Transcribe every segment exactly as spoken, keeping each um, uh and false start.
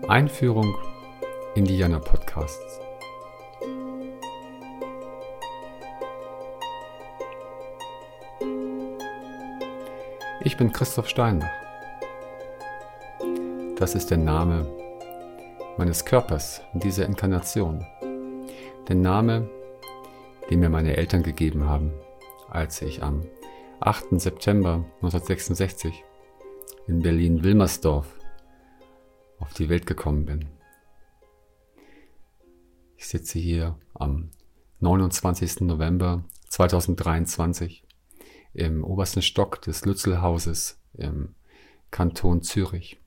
Einführung in die Jana Podcasts. Ich bin Christoph Steinbach. Das ist der Name meines Körpers in dieser Inkarnation. Der Name, den mir meine Eltern gegeben haben, als ich am achten September neunzehnhundertsechsundsechzig in Berlin-Wilmersdorf auf die Welt gekommen bin. Ich sitze hier am neunundzwanzigsten November zweitausenddreiundzwanzig im obersten Stock des Lützelhauses im Kanton Zürich.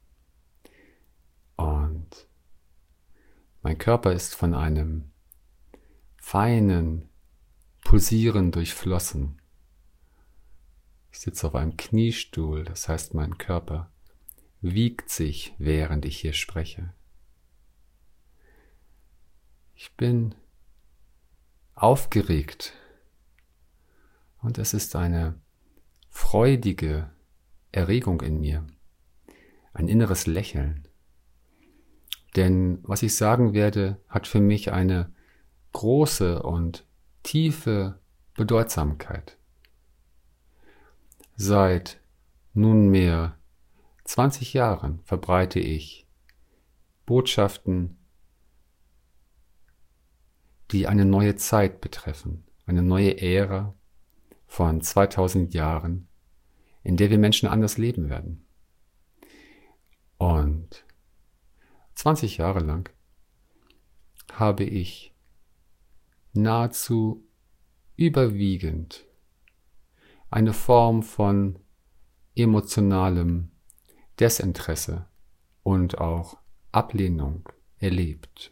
Und mein Körper ist von einem feinen Pulsieren durchflossen. Ich sitze auf einem Kniestuhl, das heißt, mein Körper wiegt sich, während ich hier spreche. Ich bin aufgeregt und es ist eine freudige Erregung in mir, ein inneres Lächeln. Denn was ich sagen werde, hat für mich eine große und tiefe Bedeutsamkeit. Seit nunmehr zwanzig Jahren verbreite ich Botschaften, die eine neue Zeit betreffen, eine neue Ära von zweitausend Jahren, in der wir Menschen anders leben werden. Und zwanzig Jahre lang habe ich nahezu überwiegend eine Form von emotionalem Desinteresse und auch Ablehnung erlebt.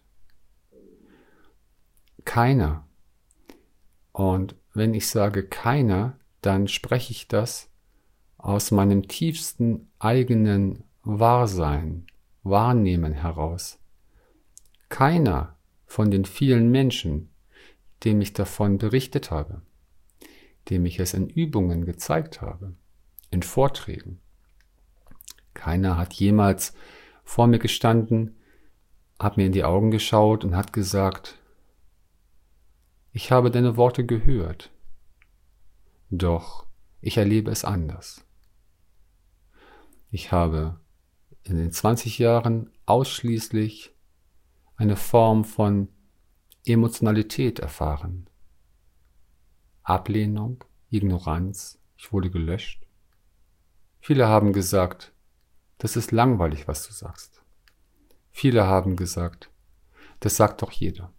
Keiner, und wenn ich sage keiner, dann spreche ich das aus meinem tiefsten eigenen Wahrsein, Wahrnehmen heraus. Keiner von den vielen Menschen, dem ich davon berichtet habe, dem ich es in Übungen gezeigt habe, in Vorträgen. Keiner hat jemals vor mir gestanden, hat mir in die Augen geschaut und hat gesagt, ich habe deine Worte gehört, doch ich erlebe es anders. Ich habe in den zwanzig Jahren ausschließlich eine Form von Emotionalität erfahren. Ablehnung, Ignoranz, ich wurde gelöscht. Viele haben gesagt, das ist langweilig, was du sagst. Viele haben gesagt, das sagt doch jeder.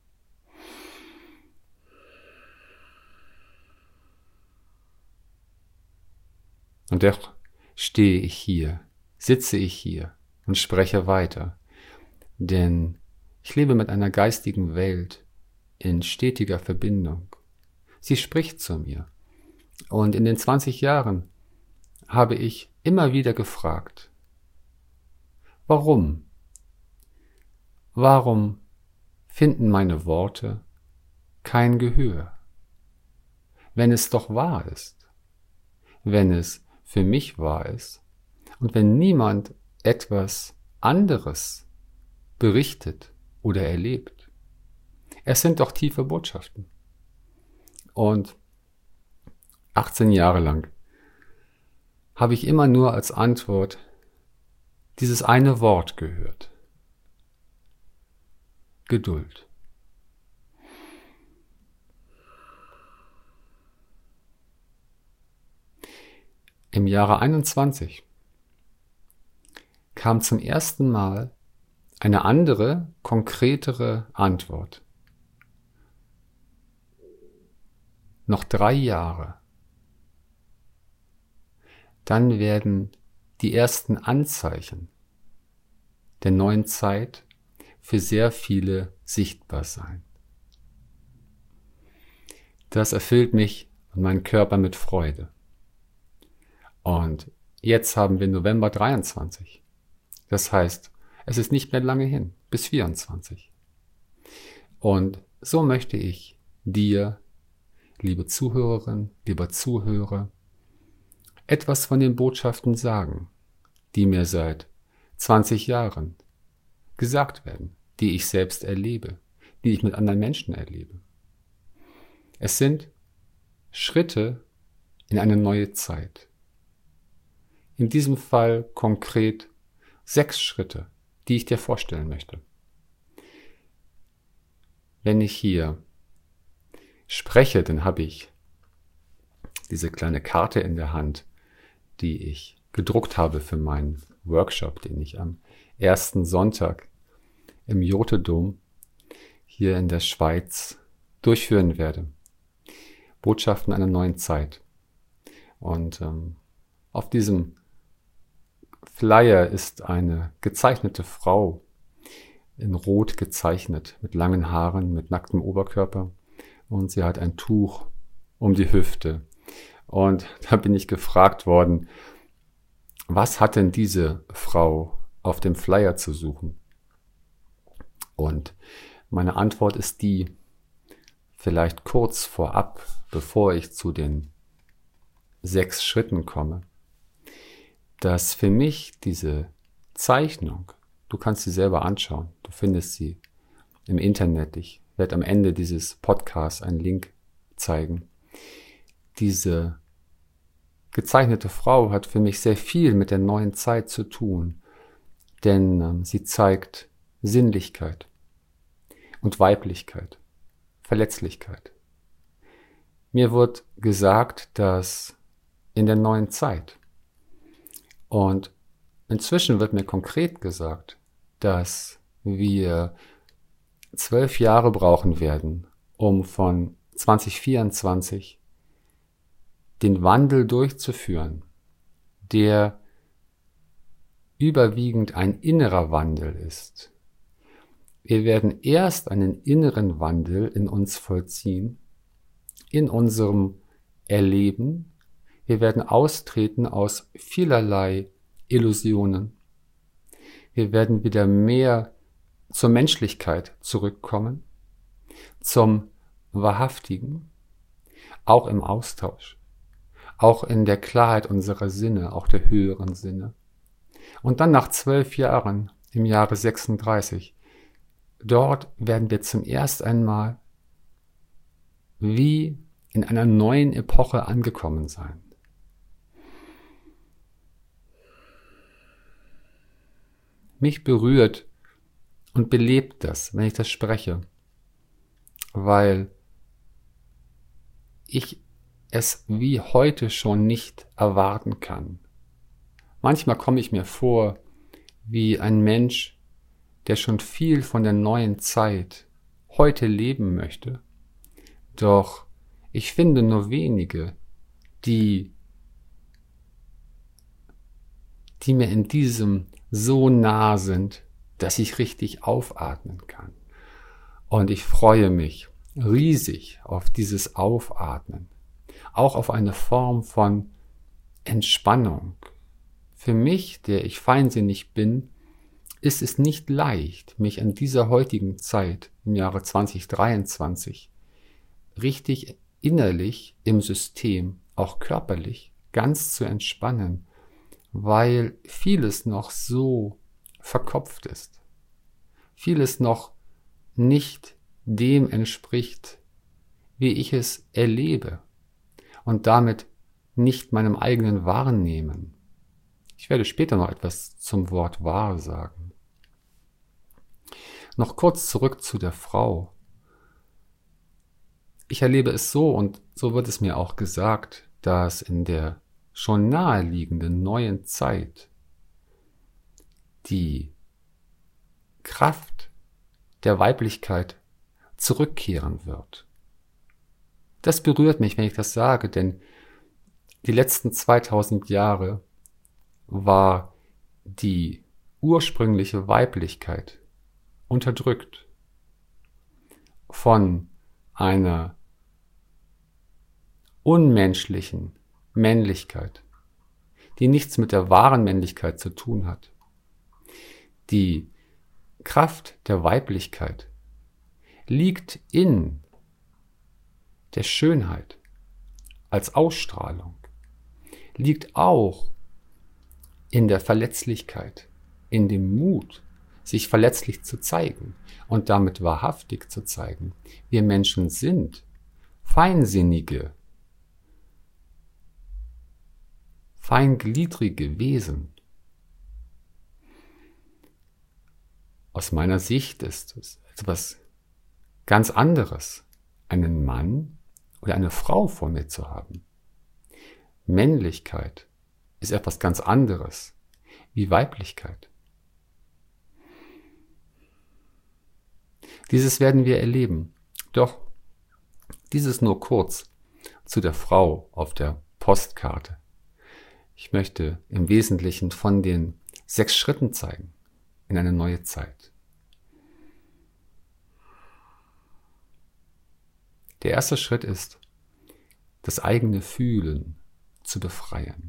Und doch stehe ich hier, sitze ich hier und spreche weiter, denn ich lebe mit einer geistigen Welt in stetiger Verbindung. Sie spricht zu mir. Und in den zwanzig Jahren habe ich immer wieder gefragt, warum? Warum finden meine Worte kein Gehör? Wenn es doch wahr ist, wenn es für mich wahr ist und wenn niemand etwas anderes berichtet oder erlebt. Es sind doch tiefe Botschaften. Und achtzehn Jahre lang habe ich immer nur als Antwort dieses eine Wort gehört. Geduld. Im Jahre einundzwanzig kam zum ersten Mal eine andere, konkretere Antwort. Noch drei Jahre. Dann werden die ersten Anzeichen der neuen Zeit für sehr viele sichtbar sein. Das erfüllt mich und meinen Körper mit Freude. Und jetzt haben wir November dreiundzwanzig. Das heißt, es ist nicht mehr lange hin, bis vierundzwanzig. Und so möchte ich dir, liebe Zuhörerin, lieber Zuhörer, etwas von den Botschaften sagen, die mir seit zwanzig Jahren gesagt werden, die ich selbst erlebe, die ich mit anderen Menschen erlebe. Es sind Schritte in eine neue Zeit. In diesem Fall konkret sechs Schritte, die ich dir vorstellen möchte. Wenn ich hier spreche, dann habe ich diese kleine Karte in der Hand, die ich gedruckt habe für meinen Workshop, den ich am ersten Sonntag im Jotedom hier in der Schweiz durchführen werde. Botschaften einer neuen Zeit. Und ähm, auf diesem Flyer ist eine gezeichnete Frau in Rot gezeichnet, mit langen Haaren, mit nacktem Oberkörper. Und sie hat ein Tuch um die Hüfte. Und da bin ich gefragt worden, was hat denn diese Frau auf dem Flyer zu suchen? Und meine Antwort ist die, vielleicht kurz vorab, bevor ich zu den sechs Schritten komme, dass für mich diese Zeichnung, du kannst sie selber anschauen, du findest sie im Internet, ich werde am Ende dieses Podcasts einen Link zeigen. Diese gezeichnete Frau hat für mich sehr viel mit der neuen Zeit zu tun, denn ähm, sie zeigt Sinnlichkeit und Weiblichkeit, Verletzlichkeit. Mir wird gesagt, dass in der neuen Zeit, und inzwischen wird mir konkret gesagt, dass wir zwölf Jahre brauchen werden, um von zwanzig vierundzwanzig den Wandel durchzuführen, der überwiegend ein innerer Wandel ist. Wir werden erst einen inneren Wandel in uns vollziehen, in unserem Erleben. Wir werden austreten aus vielerlei Illusionen. Wir werden wieder mehr zur Menschlichkeit zurückkommen, zum Wahrhaftigen, auch im Austausch, auch in der Klarheit unserer Sinne, auch der höheren Sinne. Und dann nach zwölf Jahren, im Jahre sechsunddreißig, dort werden wir zum ersten einmal wie in einer neuen Epoche angekommen sein. Mich berührt und belebt das, wenn ich das spreche, weil ich es wie heute schon nicht erwarten kann. Manchmal komme ich mir vor wie ein Mensch, der schon viel von der neuen Zeit heute leben möchte. Doch ich finde nur wenige, die, die mir in diesem so nah sind, dass ich richtig aufatmen kann. Und ich freue mich riesig auf dieses Aufatmen, auch auf eine Form von Entspannung. Für mich, der ich feinsinnig bin, ist es nicht leicht, mich an dieser heutigen Zeit im Jahre zwanzig dreiundzwanzig richtig innerlich im System, auch körperlich, ganz zu entspannen, weil vieles noch so verkopft ist, vieles noch nicht dem entspricht, wie ich es erlebe und damit nicht meinem eigenen Wahrnehmen. Ich werde später noch etwas zum Wort wahr sagen. Noch kurz zurück zu der Frau. Ich erlebe es so, und so wird es mir auch gesagt, dass in der schon naheliegenden neuen Zeit die Kraft der Weiblichkeit zurückkehren wird. Das berührt mich, wenn ich das sage, denn die letzten zweitausend Jahre war die ursprüngliche Weiblichkeit unterdrückt von einer unmenschlichen Männlichkeit, die nichts mit der wahren Männlichkeit zu tun hat. Die Kraft der Weiblichkeit liegt in der Schönheit als Ausstrahlung, liegt auch in der Verletzlichkeit, in dem Mut, sich verletzlich zu zeigen und damit wahrhaftig zu zeigen. Wir Menschen sind feinsinnige, feingliedrige Wesen. Aus meiner Sicht ist es etwas ganz anderes, einen Mann oder eine Frau vor mir zu haben. Männlichkeit ist etwas ganz anderes wie Weiblichkeit. Dieses werden wir erleben. Doch dieses nur kurz zu der Frau auf der Postkarte. Ich möchte im Wesentlichen von den sechs Schritten zeigen in eine neue Zeit. Der erste Schritt ist, das eigene Fühlen zu befreien.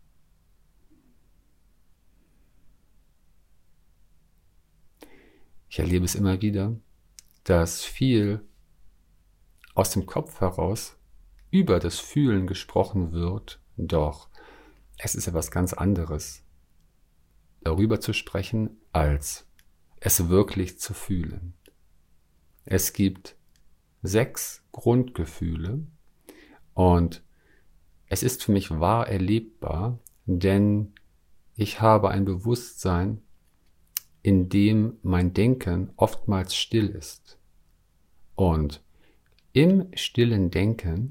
Ich erlebe es immer wieder, dass viel aus dem Kopf heraus über das Fühlen gesprochen wird, doch es ist etwas ganz anderes, darüber zu sprechen, als es wirklich zu fühlen. Es gibt sechs Grundgefühle und es ist für mich wahr erlebbar, denn ich habe ein Bewusstsein, in dem mein Denken oftmals still ist. Und im stillen Denken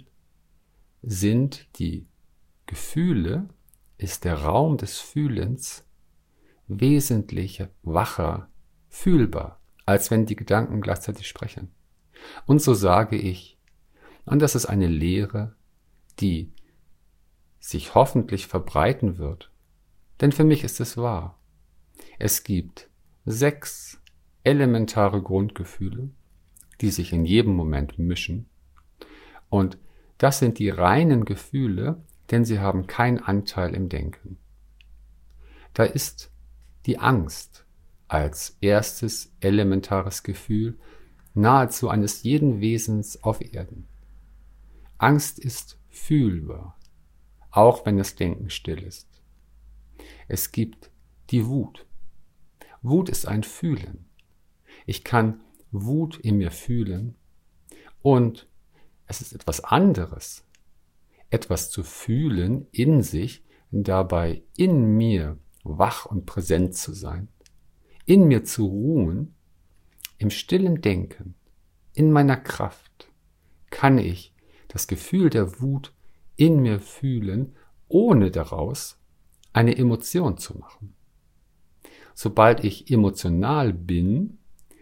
sind die Gefühle, ist der Raum des Fühlens wesentlich wacher fühlbar, als wenn die Gedanken gleichzeitig sprechen. Und so sage ich, und das ist eine Lehre, die sich hoffentlich verbreiten wird, denn für mich ist es wahr. Es gibt sechs elementare Grundgefühle, die sich in jedem Moment mischen. Und das sind die reinen Gefühle, denn sie haben keinen Anteil im Denken. Da ist die Angst als erstes elementares Gefühl nahezu eines jeden Wesens auf Erden. Angst ist fühlbar, auch wenn das Denken still ist. Es gibt die Wut. Wut ist ein Fühlen. Ich kann Wut in mir fühlen und es ist etwas anderes, etwas zu fühlen in sich, dabei in mir wach und präsent zu sein, in mir zu ruhen, im stillen Denken, in meiner Kraft, kann ich das Gefühl der Wut in mir fühlen, ohne daraus eine Emotion zu machen. Sobald ich emotional bin,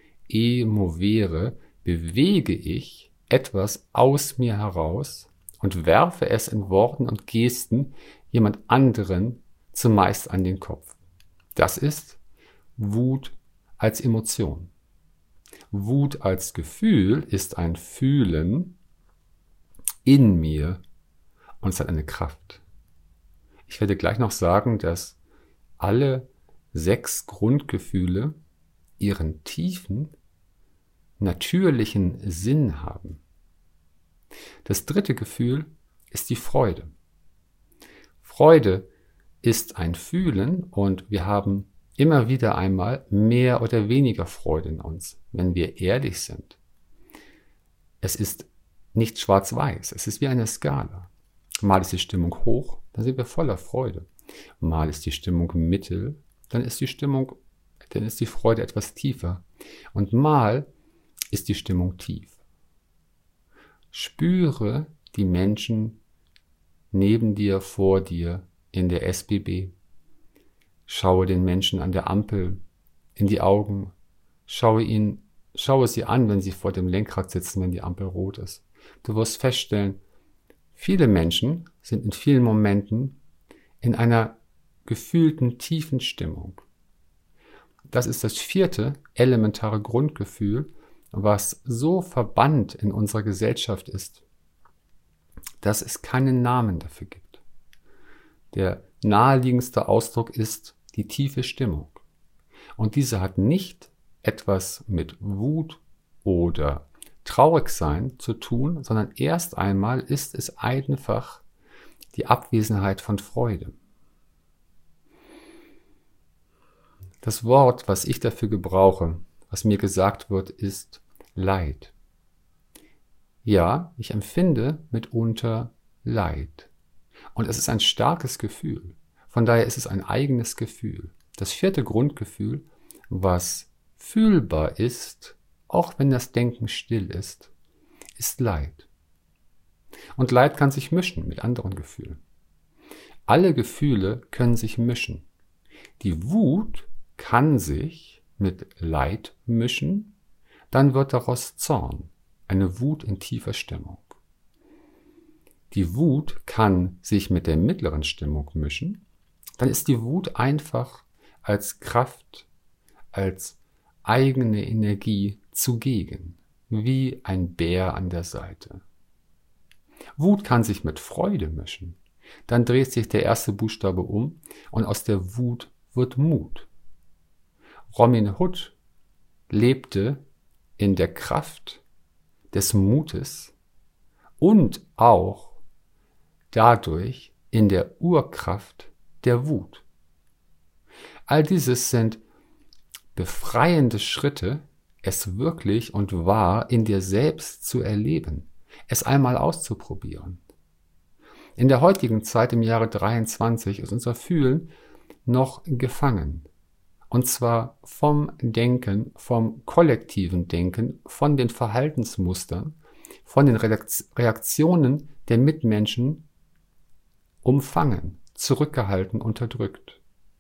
emovere, bewege ich etwas aus mir heraus und werfe es in Worten und Gesten jemand anderen zumeist an den Kopf. Das ist Wut als Emotion. Wut als Gefühl ist ein Fühlen in mir und es hat eine Kraft. Ich werde gleich noch sagen, dass alle sechs Grundgefühle ihren tiefen, natürlichen Sinn haben. Das dritte Gefühl ist die Freude. Freude ist ein Fühlen und wir haben immer wieder einmal mehr oder weniger Freude in uns, wenn wir ehrlich sind. Es ist nicht schwarz-weiß, es ist wie eine Skala. Mal ist die Stimmung hoch, dann sind wir voller Freude. Mal ist die Stimmung mittel, dann ist die Stimmung, dann ist die Freude etwas tiefer. Und mal ist die Stimmung tief. Spüre die Menschen neben dir, vor dir, in der S B B. Schaue den Menschen an der Ampel in die Augen. Schaue ihn, schaue sie an, wenn sie vor dem Lenkrad sitzen, wenn die Ampel rot ist. Du wirst feststellen, viele Menschen sind in vielen Momenten in einer gefühlten tiefen Stimmung. Das ist das vierte elementare Grundgefühl, was so verbannt in unserer Gesellschaft ist, dass es keinen Namen dafür gibt. Der naheliegendste Ausdruck ist die tiefe Stimmung. Und diese hat nicht etwas mit Wut oder Traurigsein zu tun, sondern erst einmal ist es einfach die Abwesenheit von Freude. Das Wort, was ich dafür gebrauche, was mir gesagt wird, ist Leid. Ja, ich empfinde mitunter Leid. Und es ist ein starkes Gefühl. Von daher ist es ein eigenes Gefühl. Das vierte Grundgefühl, was fühlbar ist, auch wenn das Denken still ist, ist Leid. Und Leid kann sich mischen mit anderen Gefühlen. Alle Gefühle können sich mischen. Die Wut kann sich mit Leid mischen, dann wird daraus Zorn, eine Wut in tiefer Stimmung. Die Wut kann sich mit der mittleren Stimmung mischen, dann ist die Wut einfach als Kraft, als eigene Energie zugegen, wie ein Bär an der Seite. Wut kann sich mit Freude mischen. Dann dreht sich der erste Buchstabe um und aus der Wut wird Mut. Robin Hood lebte in der Kraft des Mutes und auch dadurch in der Urkraft der Wut. All dieses sind befreiende Schritte, es wirklich und wahr in dir selbst zu erleben, es einmal auszuprobieren. In der heutigen Zeit, im Jahre dreiundzwanzig, ist unser Fühlen noch gefangen. Und zwar vom Denken, vom kollektiven Denken, von den Verhaltensmustern, von den Reaktionen der Mitmenschen umfangen, zurückgehalten, unterdrückt.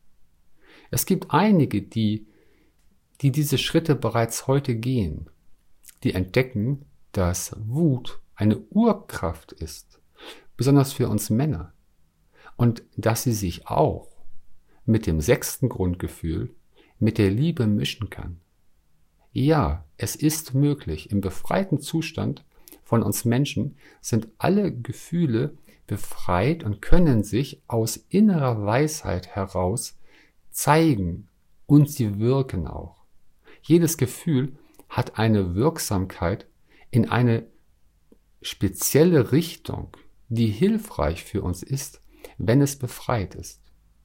Es gibt einige, die, die diese Schritte bereits heute gehen, die entdecken, dass Wut eine Urkraft ist, besonders für uns Männer, und dass sie sich auch mit dem sechsten Grundgefühl, mit der Liebe mischen kann. Ja, es ist möglich. Im befreiten Zustand von uns Menschen sind alle Gefühle befreit und können sich aus innerer Weisheit heraus zeigen, und sie wirken auch. Jedes Gefühl hat eine Wirksamkeit in eine spezielle Richtung, die hilfreich für uns ist, wenn es befreit ist.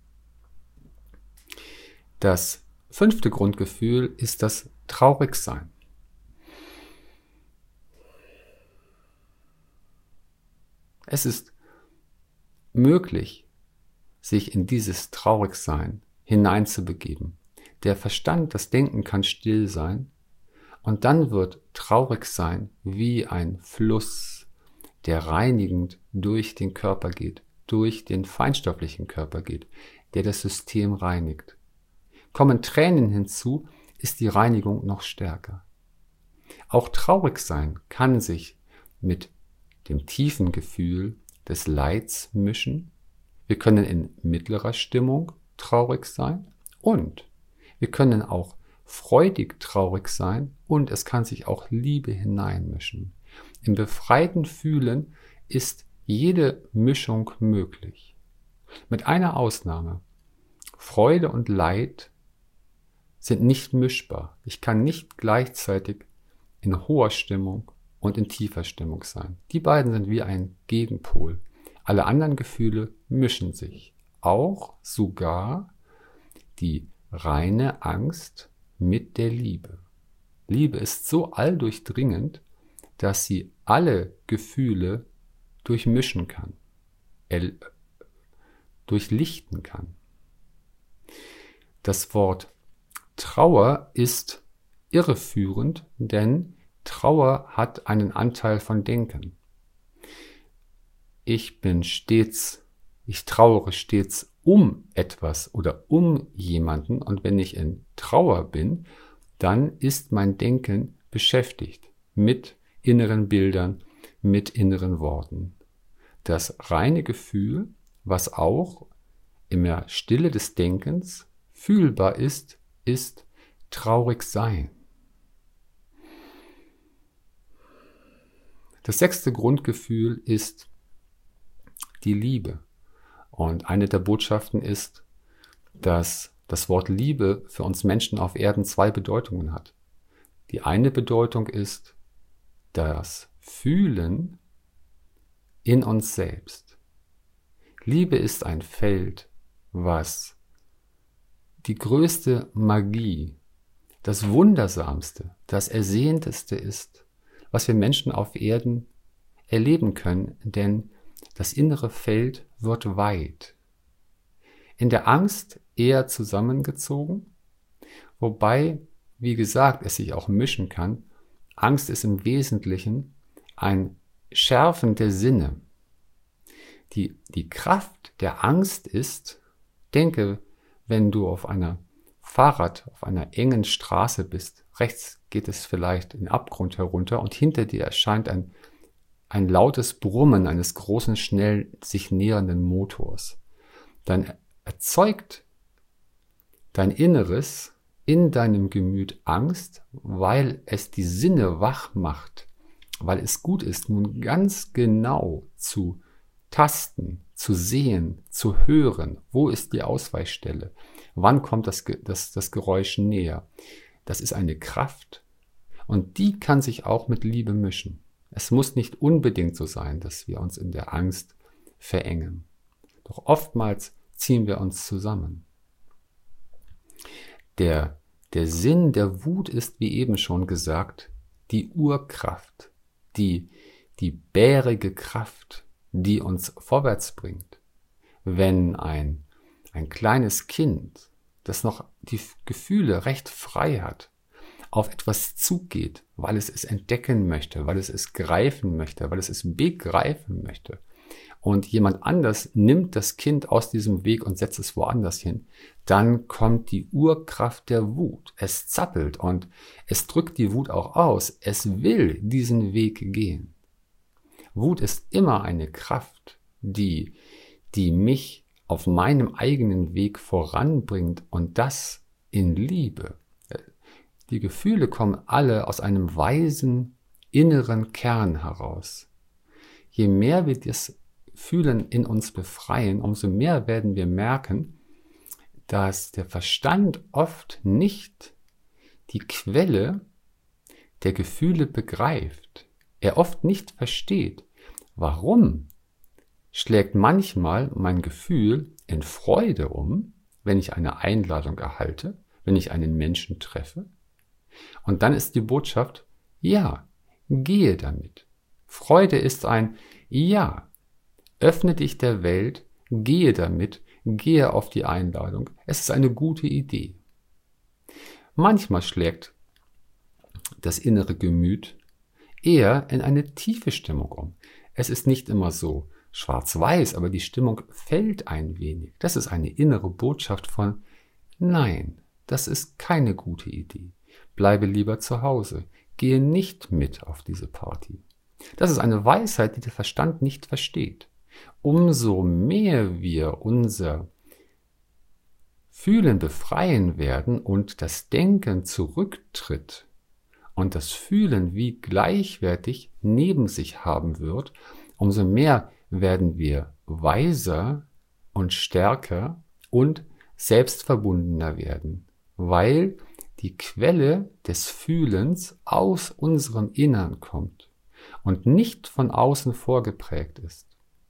Das fünfte Grundgefühl ist das Traurigsein. Es ist möglich, sich in dieses Traurigsein hineinzubegeben. Der Verstand, das Denken kann still sein und dann wird Traurigsein wie ein Fluss, der reinigend durch den Körper geht, durch den feinstofflichen Körper geht, der das System reinigt. Kommen Tränen hinzu, ist die Reinigung noch stärker. Auch Traurigsein kann sich mit dem tiefen Gefühl des Leids mischen. Wir können in mittlerer Stimmung traurig sein und wir können auch freudig traurig sein und es kann sich auch Liebe hineinmischen. Im befreiten Fühlen ist jede Mischung möglich. Mit einer Ausnahme. Freude und Leid sind nicht mischbar. Ich kann nicht gleichzeitig in hoher Stimmung und in tiefer Stimmung sein. Die beiden sind wie ein Gegenpol. Alle anderen Gefühle mischen sich. Auch sogar die reine Angst mit der Liebe. Liebe ist so alldurchdringend, dass sie alle Gefühle durchmischen kann, äh, durchlichten kann. Das Wort Trauer ist irreführend, denn Trauer hat einen Anteil von Denken. Ich bin stets, ich trauere stets um etwas oder um jemanden und wenn ich in Trauer bin, dann ist mein Denken beschäftigt mit inneren Bildern, mit inneren Worten. Das reine Gefühl, was auch in der Stille des Denkens fühlbar ist, ist traurig sein. Das sechste Grundgefühl ist die Liebe. Und eine der Botschaften ist, dass das Wort Liebe für uns Menschen auf Erden zwei Bedeutungen hat. Die eine Bedeutung ist das Fühlen in uns selbst. Liebe ist ein Feld, was die größte Magie, das Wundersamste, das Ersehnteste ist, was wir Menschen auf Erden erleben können, denn das innere Feld wird weit. In der Angst eher zusammengezogen, wobei, wie gesagt, es sich auch mischen kann. Angst ist im Wesentlichen ein Schärfen der Sinne. Die, die Kraft der Angst ist, denke, wenn du auf einer Fahrrad, auf einer engen Straße bist, rechts geht es vielleicht in den Abgrund herunter und hinter dir erscheint ein, ein lautes Brummen eines großen, schnell sich nähernden Motors. Dann erzeugt dein Inneres in deinem Gemüt Angst, weil es die Sinne wach macht, weil es gut ist, nun ganz genau zu tasten, zu sehen, zu hören, wo ist die Ausweichstelle, wann kommt das, das, das Geräusch näher. Das ist eine Kraft und die kann sich auch mit Liebe mischen. Es muss nicht unbedingt so sein, dass wir uns in der Angst verengen. Doch oftmals ziehen wir uns zusammen. Der, der Sinn der Wut ist, wie eben schon gesagt, die Urkraft, die, die bärige Kraft, die uns vorwärts bringt. Wenn ein, ein kleines Kind, das noch die Gefühle recht frei hat, auf etwas zugeht, weil es es entdecken möchte, weil es es greifen möchte, weil es es begreifen möchte, und jemand anders nimmt das Kind aus diesem Weg und setzt es woanders hin, dann kommt die Urkraft der Wut. Es zappelt und es drückt die Wut auch aus. Es will diesen Weg gehen. Wut ist immer eine Kraft, die, die mich auf meinem eigenen Weg voranbringt und das in Liebe. Die Gefühle kommen alle aus einem weisen inneren Kern heraus. Je mehr wir das Fühlen in uns befreien, umso mehr werden wir merken, dass der Verstand oft nicht die Quelle der Gefühle begreift. Er oft nicht versteht, warum schlägt manchmal mein Gefühl in Freude um, wenn ich eine Einladung erhalte, wenn ich einen Menschen treffe. Und dann ist die Botschaft, ja, gehe damit. Freude ist ein Ja. Öffne dich der Welt, gehe damit, gehe auf die Einladung. Es ist eine gute Idee. Manchmal schlägt das innere Gemüt eher in eine tiefe Stimmung um. Es ist nicht immer so schwarz-weiß, aber die Stimmung fällt ein wenig. Das ist eine innere Botschaft von Nein, das ist keine gute Idee. Bleibe lieber zu Hause. Gehe nicht mit auf diese Party. Das ist eine Weisheit, die der Verstand nicht versteht. Umso mehr wir unser Fühlen befreien werden und das Denken zurücktritt und das Fühlen wie gleichwertig neben sich haben wird, umso mehr werden wir weiser und stärker und selbstverbundener werden, weil die Quelle des Fühlens aus unserem Innern kommt und nicht von außen vorgeprägt ist.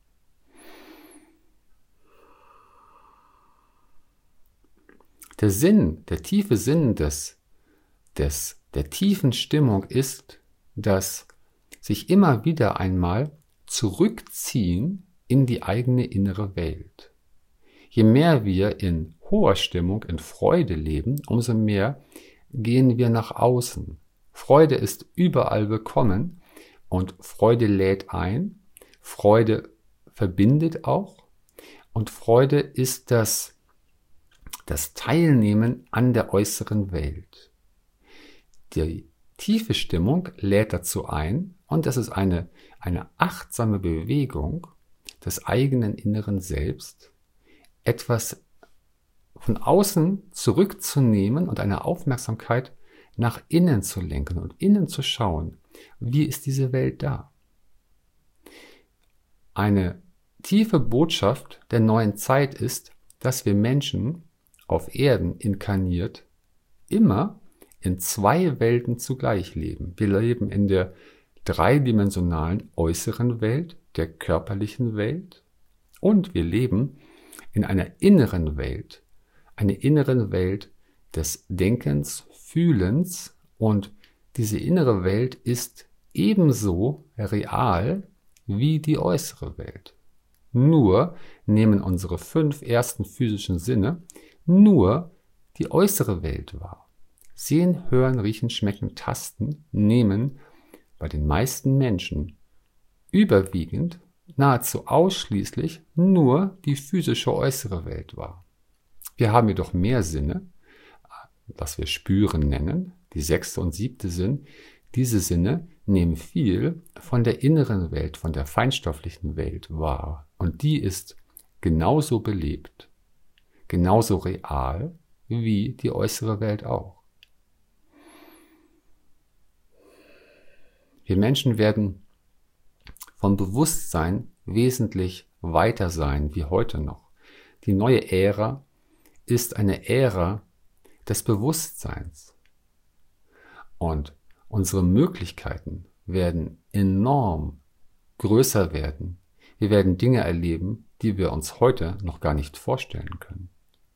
Der Sinn, der tiefe Sinn des, des, der tiefen Stimmung ist, dass sich immer wieder einmal zurückziehen in die eigene innere Welt. Je mehr wir in hoher Stimmung, in Freude leben, umso mehr gehen wir nach außen. Freude ist überall willkommen und Freude lädt ein. Freude verbindet auch und Freude ist das Das Teilnehmen an der äußeren Welt. Die tiefe Stimmung lädt dazu ein und das ist eine, eine achtsame Bewegung des eigenen inneren Selbst, etwas von außen zurückzunehmen und eine Aufmerksamkeit nach innen zu lenken und innen zu schauen, wie ist diese Welt da? Eine tiefe Botschaft der neuen Zeit ist, dass wir Menschen auf Erden inkarniert, immer in zwei Welten zugleich leben. Wir leben in der dreidimensionalen äußeren Welt, der körperlichen Welt, und wir leben in einer inneren Welt, eine innere Welt des Denkens, Fühlens, und diese innere Welt ist ebenso real wie die äußere Welt. Nur nehmen unsere fünf ersten physischen Sinne nur die äußere Welt wahr. Sehen, hören, riechen, schmecken, tasten nehmen bei den meisten Menschen überwiegend, nahezu ausschließlich nur die physische äußere Welt wahr. Wir haben jedoch mehr Sinne, was wir Spüren nennen, die sechste und siebte Sinn. Diese Sinne nehmen viel von der inneren Welt, von der feinstofflichen Welt wahr. Und die ist genauso belebt, genauso real wie die äußere Welt auch. Wir Menschen werden vom Bewusstsein wesentlich weiter sein wie heute noch. Die neue Ära ist eine Ära des Bewusstseins. Und unsere Möglichkeiten werden enorm größer werden. Wir werden Dinge erleben, die wir uns heute noch gar nicht vorstellen können.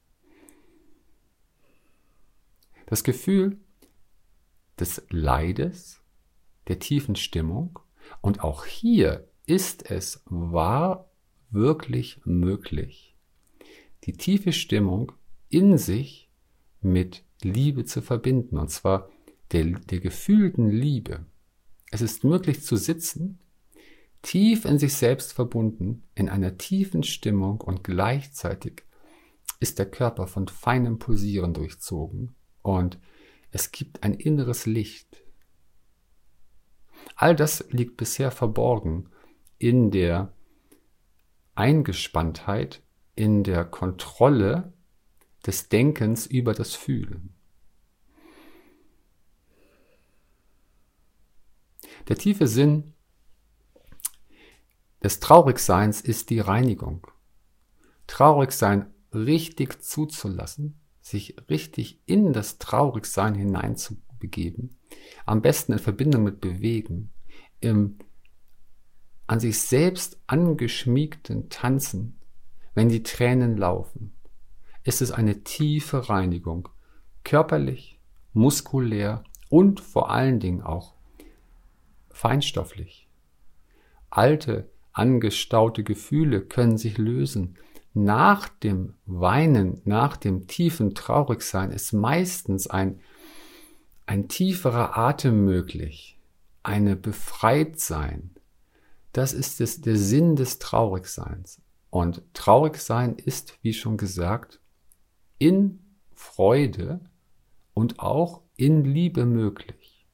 Das Gefühl des Leides, der tiefen Stimmung, und auch hier ist es wahr wirklich möglich, die tiefe Stimmung in sich mit Liebe zu verbinden, und zwar der, der gefühlten Liebe. Es ist möglich zu sitzen, tief in sich selbst verbunden, in einer tiefen Stimmung, und gleichzeitig ist der Körper von feinem Pulsieren durchzogen und es gibt ein inneres Licht. All das liegt bisher verborgen in der Eingespanntheit, in der Kontrolle des Denkens über das Fühlen. Der tiefe Sinn des Traurigseins ist die Reinigung. Traurigsein richtig zuzulassen, sich richtig in das Traurigsein hineinzubegeben, am besten in Verbindung mit Bewegen, im an sich selbst angeschmiegten Tanzen, wenn die Tränen laufen, ist es eine tiefe Reinigung, körperlich, muskulär und vor allen Dingen auch feinstofflich. Alte, angestaute Gefühle können sich lösen. Nach dem Weinen, nach dem tiefen Traurigsein ist meistens ein, ein tieferer Atem möglich, eine Befreitsein. Das ist das, der Sinn des Traurigseins. Und Traurigsein ist, wie schon gesagt, in Freude und auch in Liebe möglich.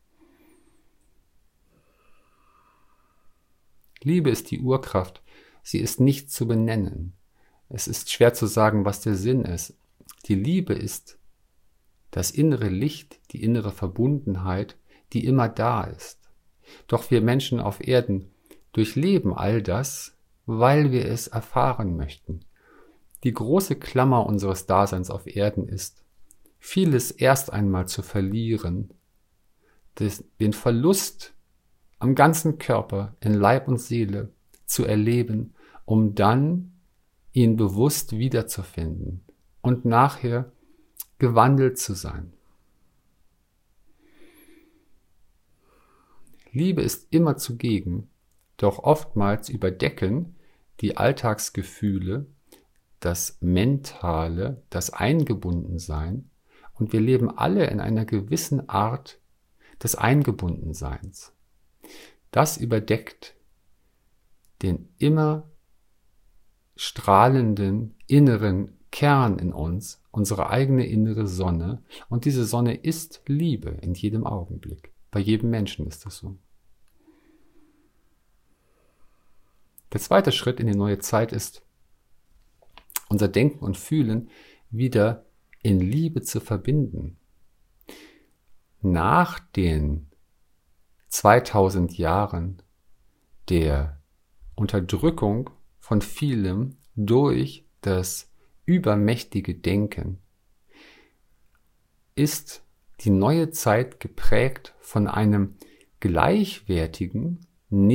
Liebe ist die Urkraft. Sie ist nicht zu benennen. Es ist schwer zu sagen, was der Sinn ist. Die Liebe ist das innere Licht, die innere Verbundenheit, die immer da ist. Doch wir Menschen auf Erden durchleben all das, weil wir es erfahren möchten. Die große Klammer unseres Daseins auf Erden ist, vieles erst einmal zu verlieren, des, den Verlust am ganzen Körper, in Leib und Seele zu erleben, um dann ihn bewusst wiederzufinden und nachher gewandelt zu sein. Liebe ist immer zugegen, doch oftmals überdecken die Alltagsgefühle das Mentale, das Eingebundensein, und wir leben alle in einer gewissen Art des Eingebundenseins. Das überdeckt den immer strahlenden inneren Kern in uns, unsere eigene innere Sonne, und diese Sonne ist Liebe in jedem Augenblick. Bei jedem Menschen ist das so. Der zweite Schritt in die neue Zeit ist, unser Denken und Fühlen wieder in Liebe zu verbinden. Nach den zweitausend Jahren der Unterdrückung von vielem durch das übermächtige Denken ist die neue Zeit geprägt von einem gleichwertigen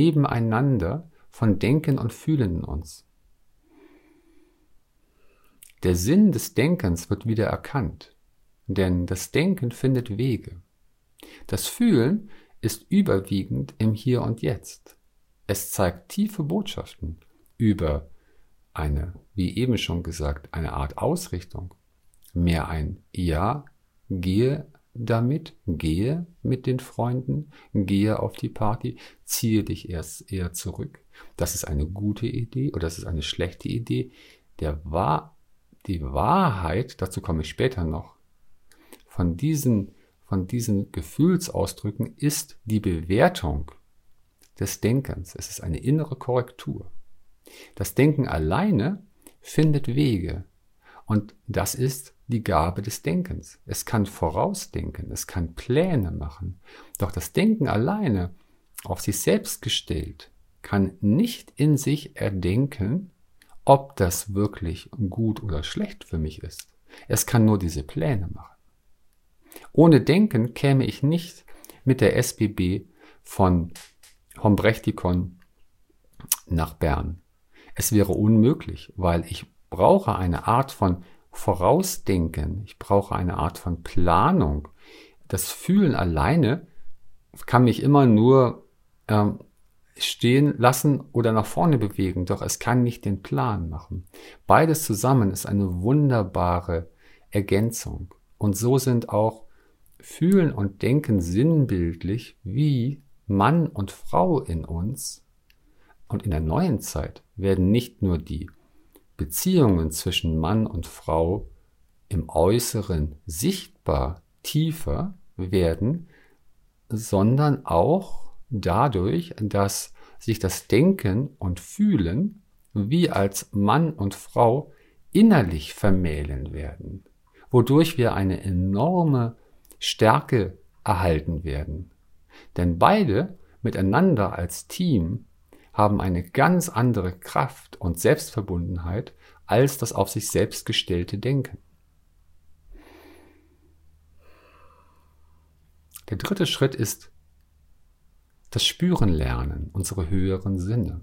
Nebeneinander von Denken und Fühlen in uns. Der Sinn des Denkens wird wieder erkannt, denn das Denken findet Wege. Das Fühlen ist überwiegend im Hier und Jetzt. Es zeigt tiefe Botschaften über eine, wie eben schon gesagt, eine Art Ausrichtung. Mehr ein Ja, gehe damit, gehe mit den Freunden, gehe auf die Party, ziehe dich erst eher zurück. Das ist eine gute Idee oder das ist eine schlechte Idee. Der Wahr, die Wahrheit, dazu komme ich später noch, von diesen, von diesen Gefühlsausdrücken ist die Bewertung des Denkens. Es ist eine innere Korrektur. Das Denken alleine findet Wege und das ist die Gabe des Denkens. Es kann vorausdenken, es kann Pläne machen, doch das Denken alleine, auf sich selbst gestellt, kann nicht in sich erdenken, ob das wirklich gut oder schlecht für mich ist. Es kann nur diese Pläne machen. Ohne Denken käme ich nicht mit der S B B von Hombrechtikon nach Bern. Es wäre unmöglich, weil ich brauche eine Art von Vorausdenken, ich brauche eine Art von Planung. Das Fühlen alleine kann mich immer nur ähm, stehen lassen oder nach vorne bewegen, doch es kann nicht den Plan machen. Beides zusammen ist eine wunderbare Ergänzung. Und so sind auch Fühlen und Denken sinnbildlich wie Mann und Frau in uns. Und in der neuen Zeit werden nicht nur die Beziehungen zwischen Mann und Frau im Äußeren sichtbar tiefer werden, sondern auch dadurch, dass sich das Denken und Fühlen wie als Mann und Frau innerlich vermählen werden, wodurch wir eine enorme Stärke erhalten werden. Denn beide miteinander als Team haben eine ganz andere Kraft und Selbstverbundenheit als das auf sich selbst gestellte Denken. Der dritte Schritt ist das Spüren lernen, unsere höheren Sinne.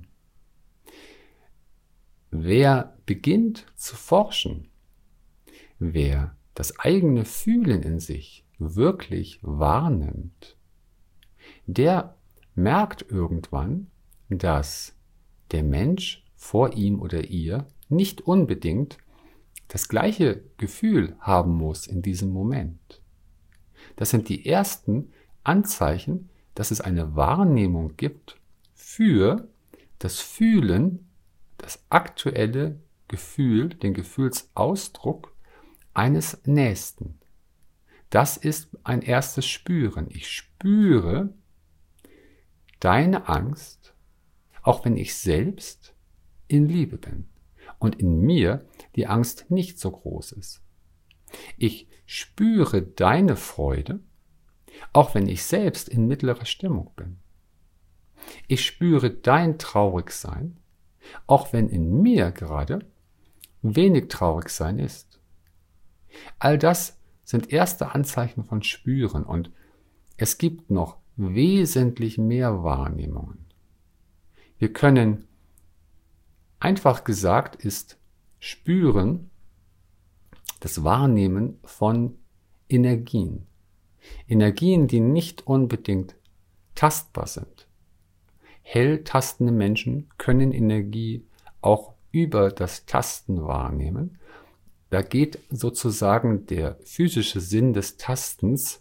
Wer beginnt zu forschen, wer das eigene Fühlen in sich wirklich wahrnimmt, der merkt irgendwann, dass der Mensch vor ihm oder ihr nicht unbedingt das gleiche Gefühl haben muss in diesem Moment. Das sind die ersten Anzeichen, dass es eine Wahrnehmung gibt für das Fühlen, das aktuelle Gefühl, den Gefühlsausdruck eines Nächsten. Das ist ein erstes Spüren. Ich spüre deine Angst, auch wenn ich selbst in Liebe bin und in mir die Angst nicht so groß ist. Ich spüre deine Freude, auch wenn ich selbst in mittlerer Stimmung bin. Ich spüre dein Traurigsein, auch wenn in mir gerade wenig Traurigsein ist. All das sind erste Anzeichen von Spüren und es gibt noch wesentlich mehr Wahrnehmungen. Wir können, einfach gesagt, ist Spüren das Wahrnehmen von Energien. Energien, die nicht unbedingt tastbar sind. Hell tastende Menschen können Energie auch über das Tasten wahrnehmen. Da geht sozusagen der physische Sinn des Tastens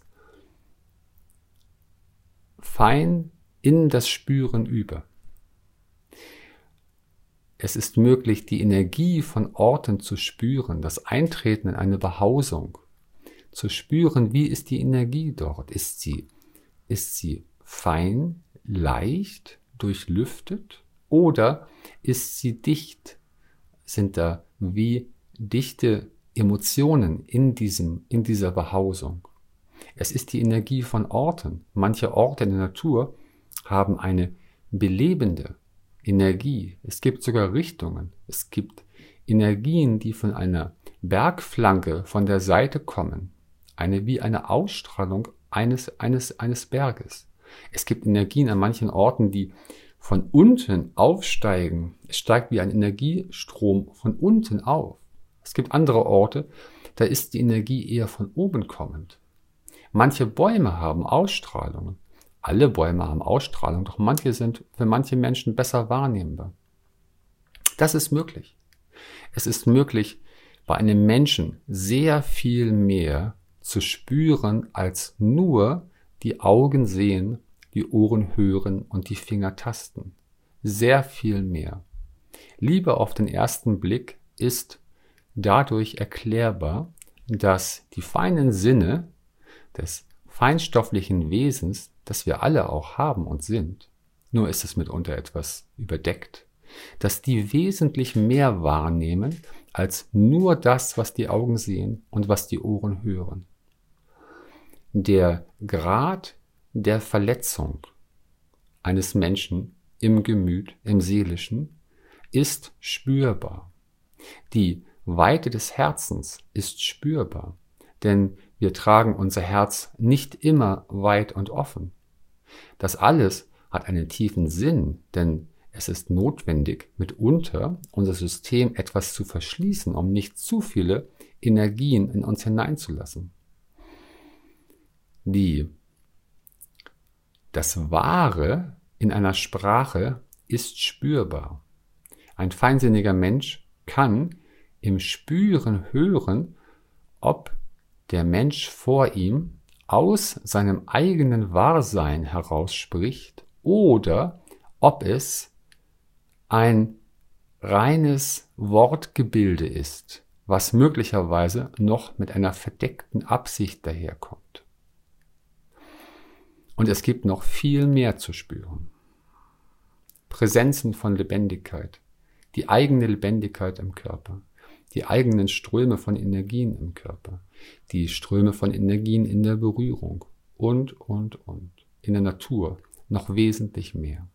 fein in das Spüren über. Es ist möglich, die Energie von Orten zu spüren, das Eintreten in eine Behausung, zu spüren, wie ist die Energie dort? Ist sie, ist sie fein, leicht, durchlüftet oder ist sie dicht? Sind da wie dichte Emotionen in diesem, in dieser Behausung? Es ist die Energie von Orten. Manche Orte in der Natur haben eine belebende Energie. Es gibt sogar Richtungen. Es gibt Energien, die von einer Bergflanke von der Seite kommen. Eine wie eine Ausstrahlung eines, eines, eines Berges. Es gibt Energien an manchen Orten, die von unten aufsteigen. Es steigt wie ein Energiestrom von unten auf. Es gibt andere Orte, da ist die Energie eher von oben kommend. Manche Bäume haben Ausstrahlungen. Alle Bäume haben Ausstrahlung, doch manche sind für manche Menschen besser wahrnehmbar. Das ist möglich. Es ist möglich, bei einem Menschen sehr viel mehr zu spüren, als nur die Augen sehen, die Ohren hören und die Finger tasten. Sehr viel mehr. Liebe auf den ersten Blick ist dadurch erklärbar, dass die feinen Sinne des feinstofflichen Wesens, das wir alle auch haben und sind, nur ist es mitunter etwas überdeckt, dass die wesentlich mehr wahrnehmen als nur das, was die Augen sehen und was die Ohren hören. Der Grad der Verletzung eines Menschen im Gemüt, im Seelischen, ist spürbar. Die Weite des Herzens ist spürbar, denn wir tragen unser Herz nicht immer weit und offen. Das alles hat einen tiefen Sinn, denn es ist notwendig, mitunter unser System etwas zu verschließen, um nicht zu viele Energien in uns hineinzulassen. Die, das Wahre in einer Sprache ist spürbar. Ein feinsinniger Mensch kann im Spüren hören, ob der Mensch vor ihm aus seinem eigenen Wahrsein heraus spricht oder ob es ein reines Wortgebilde ist, was möglicherweise noch mit einer verdeckten Absicht daherkommt. Und es gibt noch viel mehr zu spüren. Präsenzen von Lebendigkeit, die eigene Lebendigkeit im Körper, die eigenen Ströme von Energien im Körper, die Ströme von Energien in der Berührung und, und, und. In der Natur noch wesentlich mehr.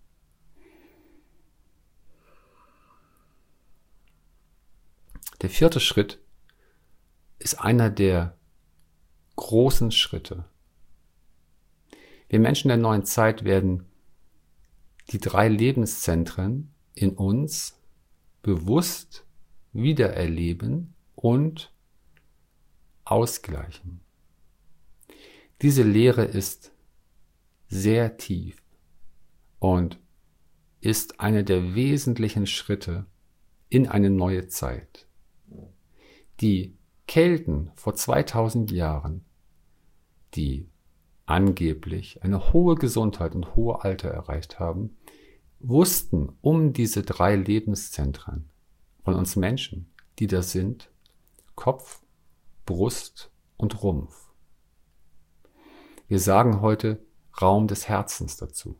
Der vierte Schritt ist einer der großen Schritte. Wir Menschen der neuen Zeit werden die drei Lebenszentren in uns bewusst wiedererleben und ausgleichen. Diese Lehre ist sehr tief und ist einer der wesentlichen Schritte in eine neue Zeit. Die Kelten vor zweitausend Jahren, die angeblich eine hohe Gesundheit und hohe Alter erreicht haben, wussten um diese drei Lebenszentren von uns Menschen, die das sind: Kopf, Brust und Rumpf. Wir sagen heute Raum des Herzens dazu.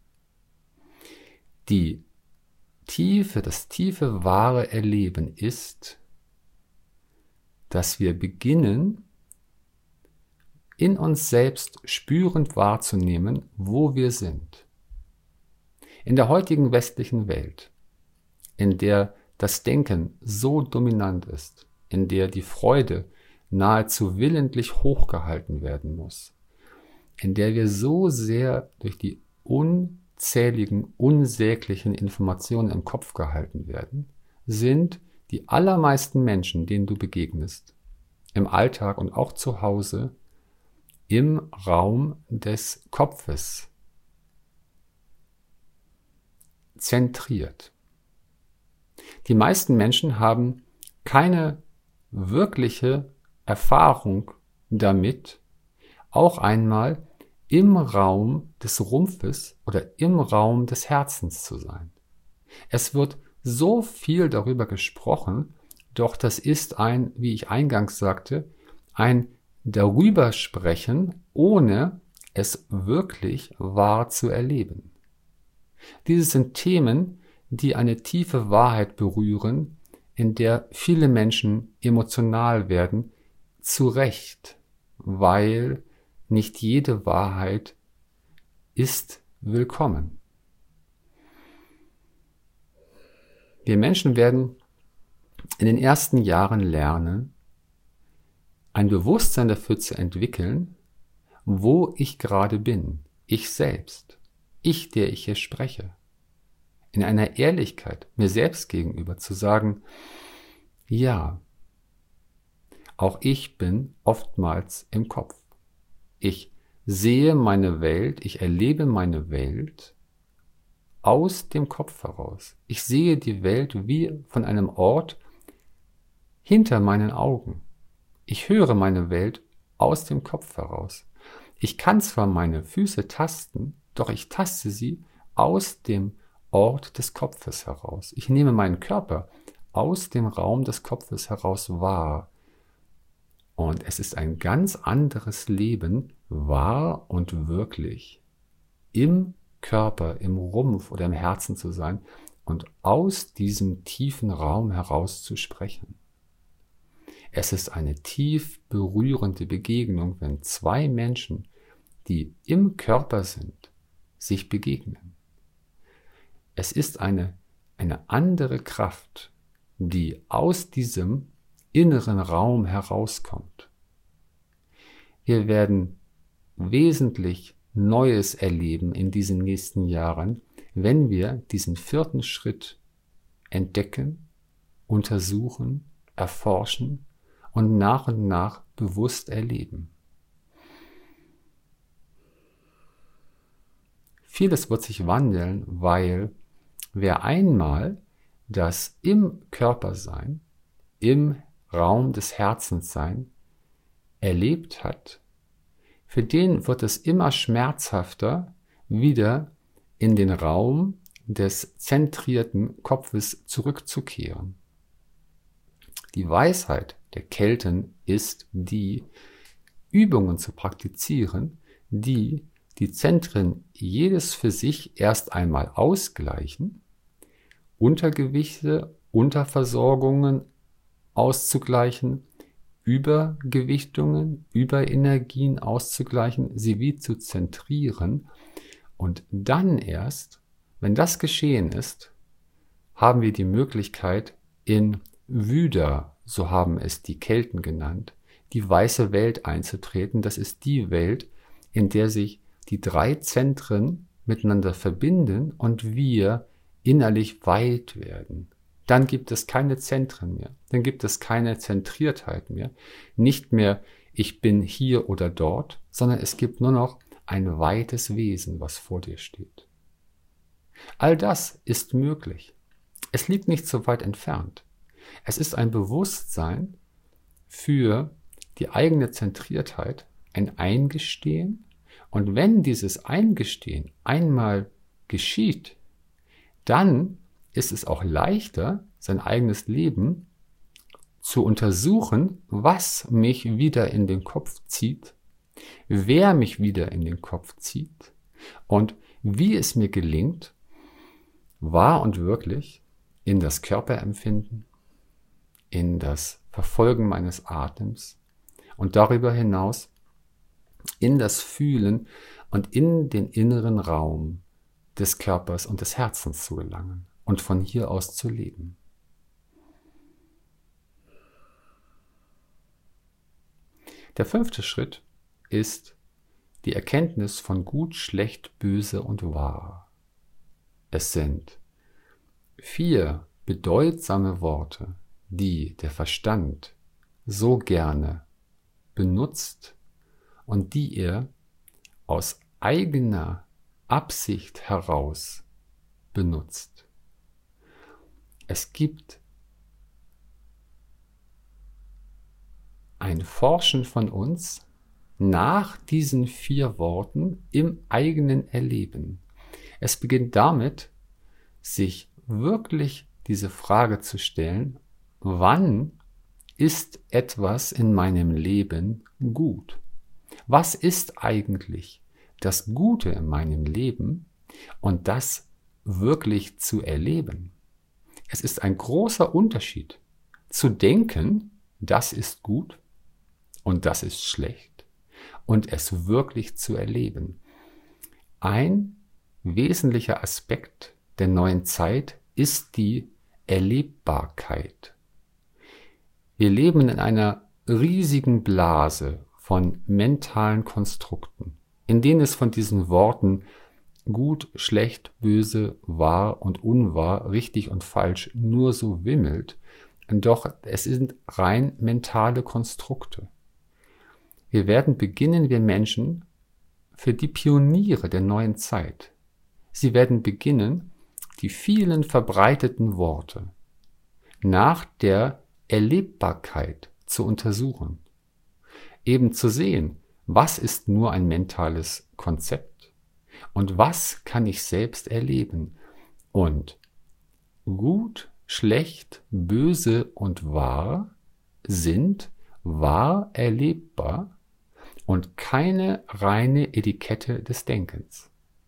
Die Tiefe, das tiefe wahre Erleben ist, dass wir beginnen, in uns selbst spürend wahrzunehmen, wo wir sind. In der heutigen westlichen Welt, in der das Denken so dominant ist, in der die Freude nahezu willentlich hochgehalten werden muss, in der wir so sehr durch die unzähligen, unsäglichen Informationen im Kopf gehalten werden, sind die allermeisten Menschen, denen du begegnest, im Alltag und auch zu Hause, im Raum des Kopfes zentriert. Die meisten Menschen haben keine wirkliche Erfahrung damit, auch einmal im Raum des Rumpfes oder im Raum des Herzens zu sein. Es wird so viel darüber gesprochen, doch das ist ein, wie ich eingangs sagte, ein Darübersprechen, ohne es wirklich wahr zu erleben. Dieses sind Themen, die eine tiefe Wahrheit berühren, in der viele Menschen emotional werden, zu Recht, weil nicht jede Wahrheit ist willkommen. Wir Menschen werden in den ersten Jahren lernen, ein Bewusstsein dafür zu entwickeln, wo ich gerade bin, ich selbst, ich, der ich hier spreche. In einer Ehrlichkeit mir selbst gegenüber zu sagen, ja, Auch ich bin oftmals im Kopf. Ich sehe meine Welt, ich erlebe meine Welt aus dem Kopf heraus. Ich sehe die Welt wie von einem Ort hinter meinen Augen. Ich höre meine Welt aus dem Kopf heraus. Ich kann zwar meine Füße tasten, doch ich taste sie aus dem Ort des Kopfes heraus. Ich nehme meinen Körper aus dem Raum des Kopfes heraus wahr. Und es ist ein ganz anderes Leben, wahr und wirklich, im Körper, im Rumpf oder im Herzen zu sein und aus diesem tiefen Raum heraus zu sprechen. Es ist eine tief berührende Begegnung, wenn zwei Menschen, die im Körper sind, sich begegnen. Es ist eine, eine andere Kraft, die aus diesem inneren Raum herauskommt. Wir werden wesentlich Neues erleben in diesen nächsten Jahren, wenn wir diesen vierten Schritt entdecken, untersuchen, erforschen und nach und nach bewusst erleben. Vieles wird sich wandeln, weil wer einmal das im Körpersein, im Raum des Herzenssein erlebt hat, für den wird es immer schmerzhafter, wieder in den Raum des zentrierten Kopfes zurückzukehren. Die Weisheit der Kelten ist die, Übungen zu praktizieren, die die Zentren jedes für sich erst einmal ausgleichen, Untergewichte, Unterversorgungen auszugleichen, Übergewichtungen, Überenergien auszugleichen, sie wie zu zentrieren. Und dann erst, wenn das geschehen ist, haben wir die Möglichkeit, in Vyda, so haben es die Kelten genannt, die weiße Welt einzutreten. Das ist die Welt, in der sich die drei Zentren miteinander verbinden und wir innerlich weit werden. Dann gibt es keine Zentren mehr. Dann gibt es keine Zentriertheit mehr. Nicht mehr, ich bin hier oder dort, sondern es gibt nur noch ein weites Wesen, was vor dir steht. All das ist möglich. Es liegt nicht so weit entfernt. Es ist ein Bewusstsein für die eigene Zentriertheit, ein Eingestehen. Und wenn dieses Eingestehen einmal geschieht, dann ist es auch leichter, sein eigenes Leben zu untersuchen, was mich wieder in den Kopf zieht, wer mich wieder in den Kopf zieht und wie es mir gelingt, wahr und wirklich in das Körperempfinden, in das Verfolgen meines Atems und darüber hinaus in das Fühlen und in den inneren Raum des Körpers und des Herzens zu gelangen und von hier aus zu leben. Der fünfte Schritt ist die Erkenntnis von gut, schlecht, böse und wahr. Es sind vier bedeutsame Worte, die der Verstand so gerne benutzt und die er aus eigener Absicht heraus benutzt. Es gibt ein Forschen von uns nach diesen vier Worten im eigenen Erleben. Es beginnt damit, sich wirklich diese Frage zu stellen, wann ist etwas in meinem Leben gut? Was ist eigentlich das Gute in meinem Leben und das wirklich zu erleben? Es ist ein großer Unterschied zu denken, das ist gut und das ist schlecht und es wirklich zu erleben. Ein wesentlicher Aspekt der neuen Zeit ist die Erlebbarkeit. Wir leben in einer riesigen Blase von mentalen Konstrukten, in denen es von diesen Worten gut, schlecht, böse, wahr und unwahr, richtig und falsch nur so wimmelt, Doch es sind rein mentale Konstrukte. Wir werden beginnen, wir Menschen, für die Pioniere der neuen Zeit. Sie werden beginnen, die vielen verbreiteten Worte nach der Erlebbarkeit zu untersuchen. Eben zu sehen, was ist nur ein mentales Konzept und was kann ich selbst erleben. Und gut, schlecht, böse und wahr sind wahr erlebbar und keine reine Etikette des Denkens.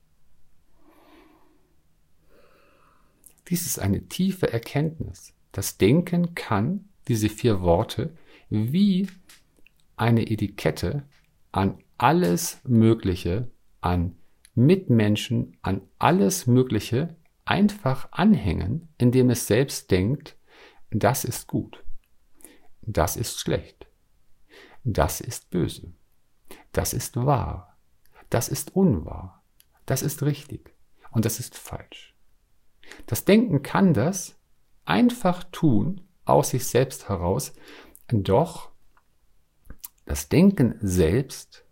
Dies ist eine tiefe Erkenntnis. Das Denken kann diese vier Worte wie eine Etikette an alles Mögliche, an Mitmenschen, an alles Mögliche einfach anhängen, indem es selbst denkt, das ist gut, das ist schlecht, das ist böse, das ist wahr, das ist unwahr, das ist richtig und das ist falsch. Das Denken kann das einfach tun, aus sich selbst heraus, doch das Denken selbst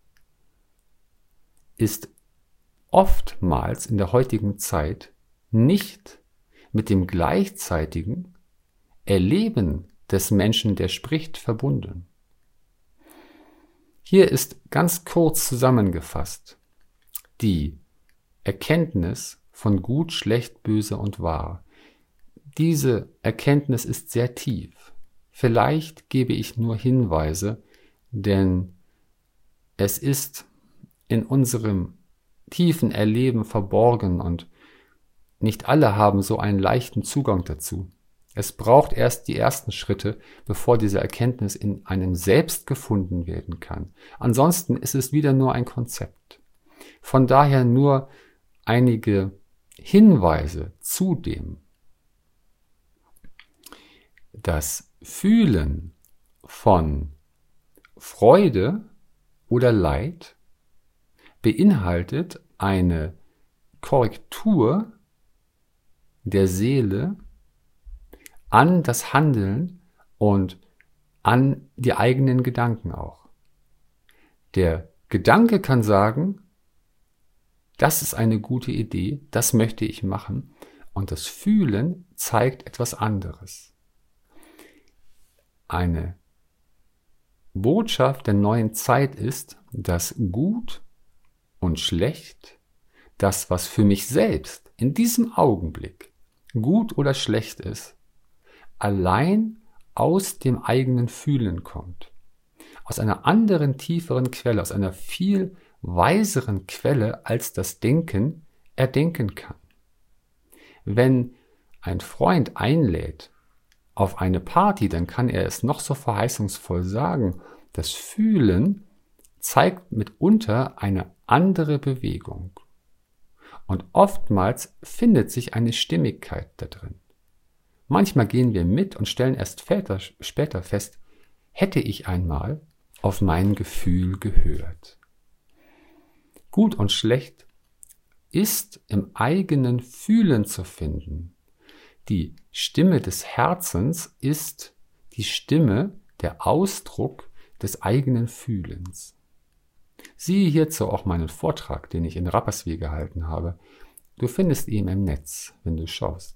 ist oftmals in der heutigen Zeit nicht mit dem gleichzeitigen Erleben des Menschen, der spricht, verbunden. Hier ist ganz kurz zusammengefasst die Erkenntnis von gut, schlecht, böse und wahr. Diese Erkenntnis ist sehr tief. Vielleicht gebe ich nur Hinweise, denn es ist in unserem tiefen Erleben verborgen und nicht alle haben so einen leichten Zugang dazu. Es braucht erst die ersten Schritte, bevor diese Erkenntnis in einem selbst gefunden werden kann. Ansonsten ist es wieder nur ein Konzept. Von daher nur einige Hinweise zu dem. Das Fühlen von Freude oder Leid beinhaltet eine Korrektur der Seele an das Handeln und an die eigenen Gedanken auch. Der Gedanke kann sagen, das ist eine gute Idee, das möchte ich machen, und das Fühlen zeigt etwas anderes. Eine Botschaft der neuen Zeit ist, dass gut und schlecht, das, was für mich selbst in diesem Augenblick gut oder schlecht ist, allein aus dem eigenen Fühlen kommt. Aus einer anderen, tieferen Quelle, aus einer viel weiseren Quelle, als das Denken erdenken kann. Wenn ein Freund einlädt auf eine Party, dann kann er es noch so verheißungsvoll sagen. Das Fühlen zeigt mitunter eine andere Bewegung. Und oftmals findet sich eine Stimmigkeit da drin. Manchmal gehen wir mit und stellen erst später, später fest, hätte ich einmal auf mein Gefühl gehört. Gut und schlecht ist im eigenen Fühlen zu finden. Die Stimme des Herzens ist die Stimme, der Ausdruck des eigenen Fühlens. Siehe hierzu auch meinen Vortrag, den ich in Rapperswil gehalten habe. Du findest ihn im Netz, wenn du schaust.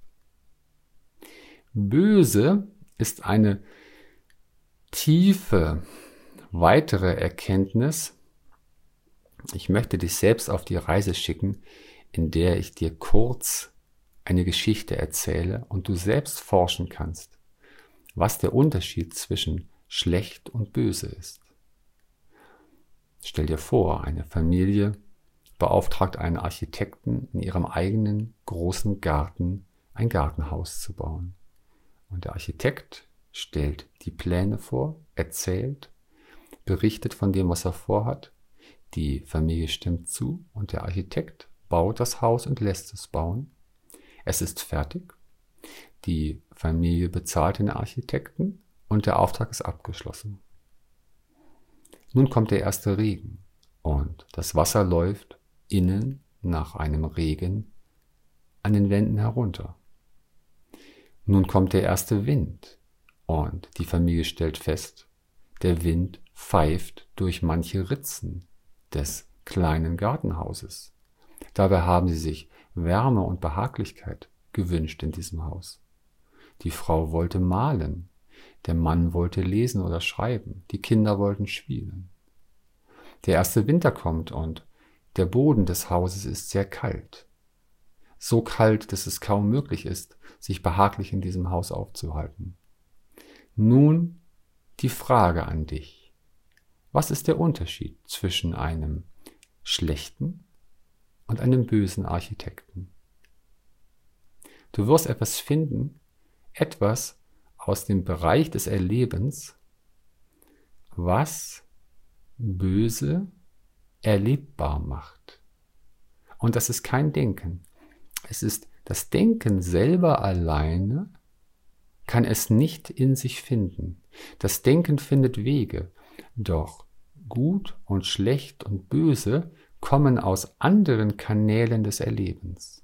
Böse ist eine tiefe, weitere Erkenntnis. Ich möchte dich selbst auf die Reise schicken, in der ich dir kurz eine Geschichte erzähle und du selbst forschen kannst, was der Unterschied zwischen schlecht und böse ist. Stell dir vor, eine Familie beauftragt einen Architekten, in ihrem eigenen großen Garten ein Gartenhaus zu bauen. Und der Architekt stellt die Pläne vor, erzählt, berichtet von dem, was er vorhat. Die Familie stimmt zu und der Architekt baut das Haus und lässt es bauen. Es ist fertig. Die Familie bezahlt den Architekten und der Auftrag ist abgeschlossen. Nun kommt der erste Regen und das Wasser läuft innen nach einem Regen an den Wänden herunter. Nun kommt der erste Wind Und die Familie stellt fest, der Wind pfeift durch manche Ritzen des kleinen Gartenhauses. Dabei haben sie sich Wärme und Behaglichkeit gewünscht in diesem Haus. Die Frau wollte malen, der Mann wollte lesen oder schreiben, die Kinder wollten spielen. Der erste Winter kommt und der Boden des Hauses ist sehr kalt. So kalt, dass es kaum möglich ist, sich behaglich in diesem Haus aufzuhalten. Nun die Frage an dich. Was ist der Unterschied zwischen einem schlechten und einem bösen Architekten? Du wirst etwas finden, etwas aus dem Bereich des Erlebens, was böse erlebbar macht. Und das ist kein Denken. Es ist das Denken selber alleine, kann es nicht in sich finden. Das Denken findet Wege, doch gut und schlecht und böse kommen aus anderen Kanälen des Erlebens.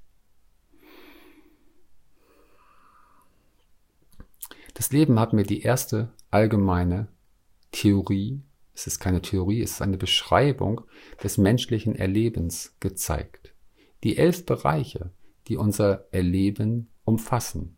Das Leben hat mir die erste allgemeine Theorie, es ist keine Theorie, es ist eine Beschreibung des menschlichen Erlebens gezeigt. Die elf Bereiche, die unser Erleben umfassen.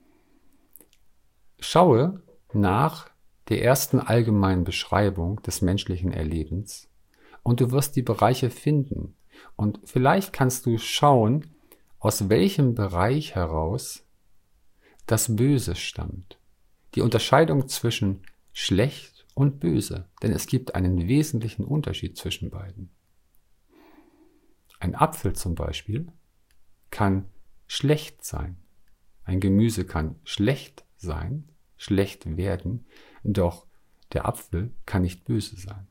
Schaue nach der ersten allgemeinen Beschreibung des menschlichen Erlebens und du wirst die Bereiche finden. Und vielleicht kannst du schauen, aus welchem Bereich heraus das Böse stammt. Die Unterscheidung zwischen schlecht und böse, denn es gibt einen wesentlichen Unterschied zwischen beiden. Ein Apfel zum Beispiel kann schlecht sein. Ein Gemüse kann schlecht sein, schlecht werden, doch der Apfel kann nicht böse sein.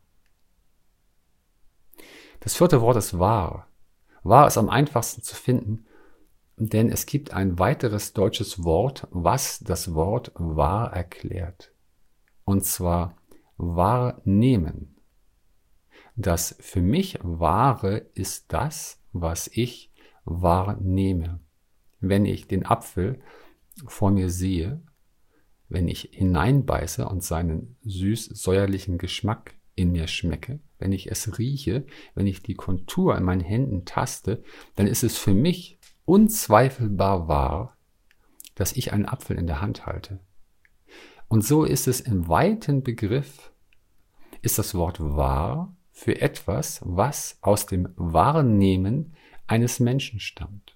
Das vierte Wort ist wahr. Wahr ist am einfachsten zu finden, denn es gibt ein weiteres deutsches Wort, was das Wort wahr erklärt. Und zwar wahrnehmen. Das für mich Wahre ist das, was ich wahrnehme. Wenn ich den Apfel vor mir sehe, wenn ich hineinbeiße und seinen süß-säuerlichen Geschmack in mir schmecke, wenn ich es rieche, wenn ich die Kontur in meinen Händen taste, dann ist es für mich unzweifelbar wahr, dass ich einen Apfel in der Hand halte. Und so ist es im weiten Begriff, ist das Wort wahr für etwas, was aus dem Wahrnehmen eines Menschen stammt.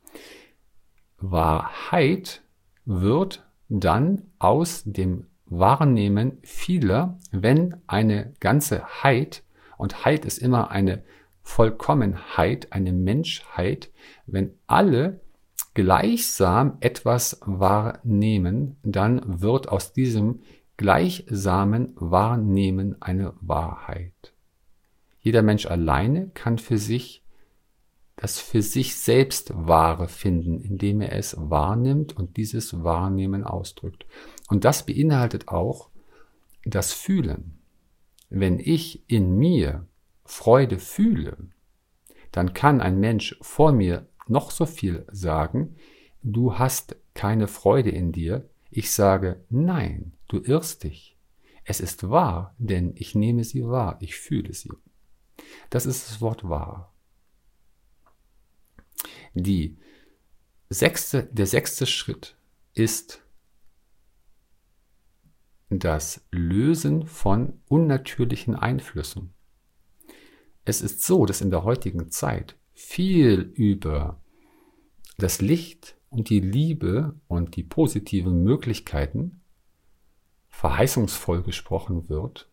Wahrheit wird dann aus dem Wahrnehmen vieler, wenn eine ganze Heit, und Heit ist immer eine Vollkommenheit, eine Menschheit, wenn alle gleichsam etwas wahrnehmen, dann wird aus diesem gleichsamen Wahrnehmen eine Wahrheit. Jeder Mensch alleine kann für sich das für sich selbst Wahre finden, indem er es wahrnimmt und dieses Wahrnehmen ausdrückt. Und das beinhaltet auch das Fühlen. Wenn ich in mir Freude fühle, dann kann ein Mensch vor mir noch so viel sagen, du hast keine Freude in dir. Ich sage, nein, du irrst dich. Es ist wahr, denn ich nehme sie wahr, ich fühle sie. Das ist das Wort wahr. Die sechste, der sechste Schritt ist das Lösen von unnatürlichen Einflüssen. Es ist so, dass in der heutigen Zeit viel über das Licht und die Liebe und die positiven Möglichkeiten verheißungsvoll gesprochen wird.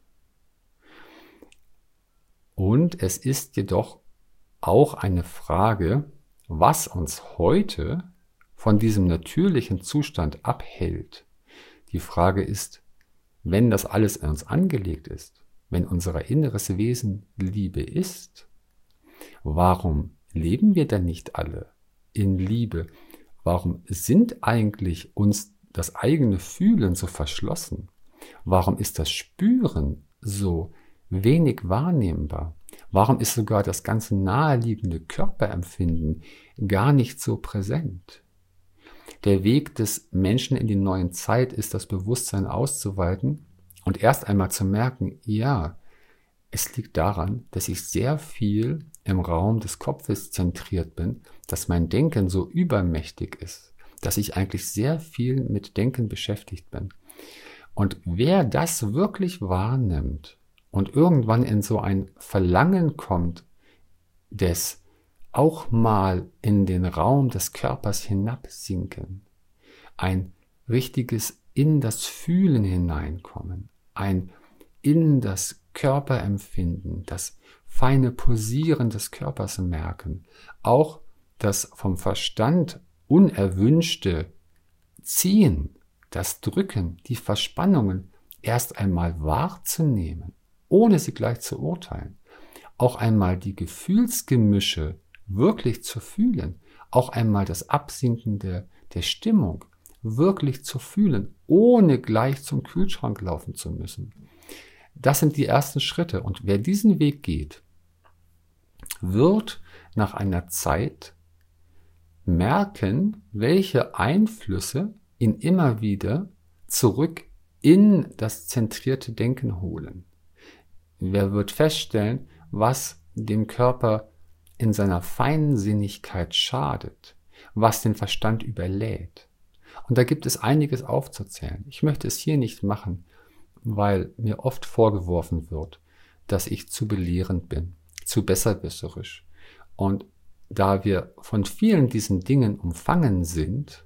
Und es ist jedoch auch eine Frage, was uns heute von diesem natürlichen Zustand abhält. Die Frage ist, wenn das alles in uns angelegt ist, wenn unser inneres Wesen Liebe ist, warum leben wir denn nicht alle in Liebe? Warum sind eigentlich uns das eigene Fühlen so verschlossen? Warum ist das Spüren so wenig wahrnehmbar? Warum ist sogar das ganze naheliegende Körperempfinden gar nicht so präsent? der Weg des Menschen in die neue Zeit ist, das Bewusstsein auszuweiten und erst einmal zu merken, ja, es liegt daran, dass ich sehr viel im Raum des Kopfes zentriert bin, dass mein Denken so übermächtig ist, dass ich eigentlich sehr viel mit Denken beschäftigt bin. Und wer das wirklich wahrnimmt und irgendwann in so ein Verlangen kommt, des auch mal in den Raum des Körpers hinabsinken, ein richtiges in das Fühlen hineinkommen, ein in das Körperempfinden, das feine Pulsieren des Körpers merken, auch das vom Verstand unerwünschte Ziehen, das Drücken, die Verspannungen erst einmal wahrzunehmen, ohne sie gleich zu urteilen, auch einmal die Gefühlsgemische wirklich zu fühlen, auch einmal das Absinken der, der Stimmung wirklich zu fühlen, ohne gleich zum Kühlschrank laufen zu müssen. Das sind die ersten Schritte. Und wer diesen Weg geht, wird nach einer Zeit merken, welche Einflüsse ihn immer wieder zurück in das zentrierte Denken holen. Wer wird feststellen, was dem Körper in seiner Feinsinnigkeit schadet, was den Verstand überlädt. Und da gibt es einiges aufzuzählen. Ich möchte es hier nicht machen, weil mir oft vorgeworfen wird, dass ich zu belehrend bin, zu besserwisserisch. Und da wir von vielen diesen Dingen umfangen sind,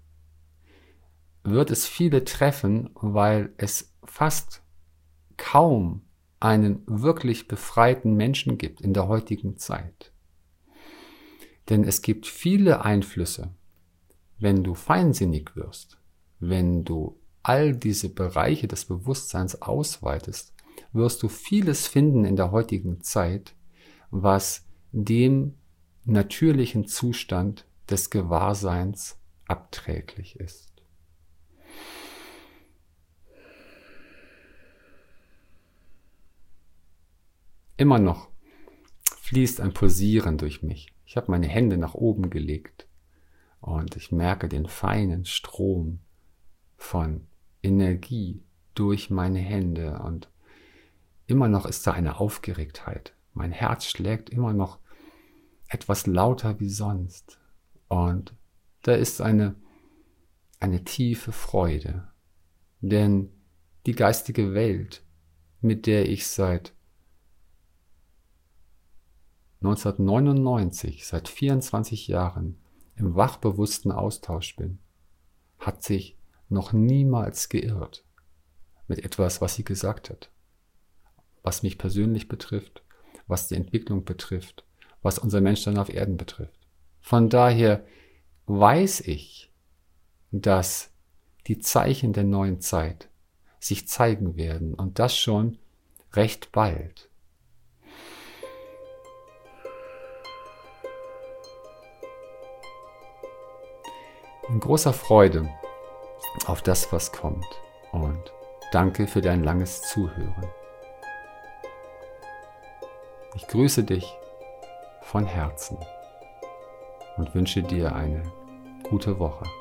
wird es viele treffen, weil es fast kaum einen wirklich befreiten Menschen gibt in der heutigen Zeit. Denn es gibt viele Einflüsse, wenn du feinsinnig wirst, wenn du all diese Bereiche des Bewusstseins ausweitest, wirst du vieles finden in der heutigen Zeit, was dem natürlichen Zustand des Gewahrseins abträglich ist. Immer noch fließt ein Pulsieren durch mich. Ich habe meine Hände nach oben gelegt und ich merke den feinen Strom von Energie durch meine Hände und immer noch ist da eine Aufgeregtheit. Mein Herz schlägt immer noch etwas lauter wie sonst und da ist eine, eine tiefe Freude, denn die geistige Welt, mit der ich seit neunzehnhundertneunundneunzig, seit vierundzwanzig Jahren im wachbewussten Austausch bin, hat sich noch niemals geirrt mit etwas, was sie gesagt hat, was mich persönlich betrifft, was die Entwicklung betrifft, was unser Menschsein auf Erden betrifft. Von daher weiß ich, dass die Zeichen der neuen Zeit sich zeigen werden und das schon recht bald. In großer Freude auf das, was kommt und danke für dein langes Zuhören. Ich grüße dich von Herzen und wünsche dir eine gute Woche.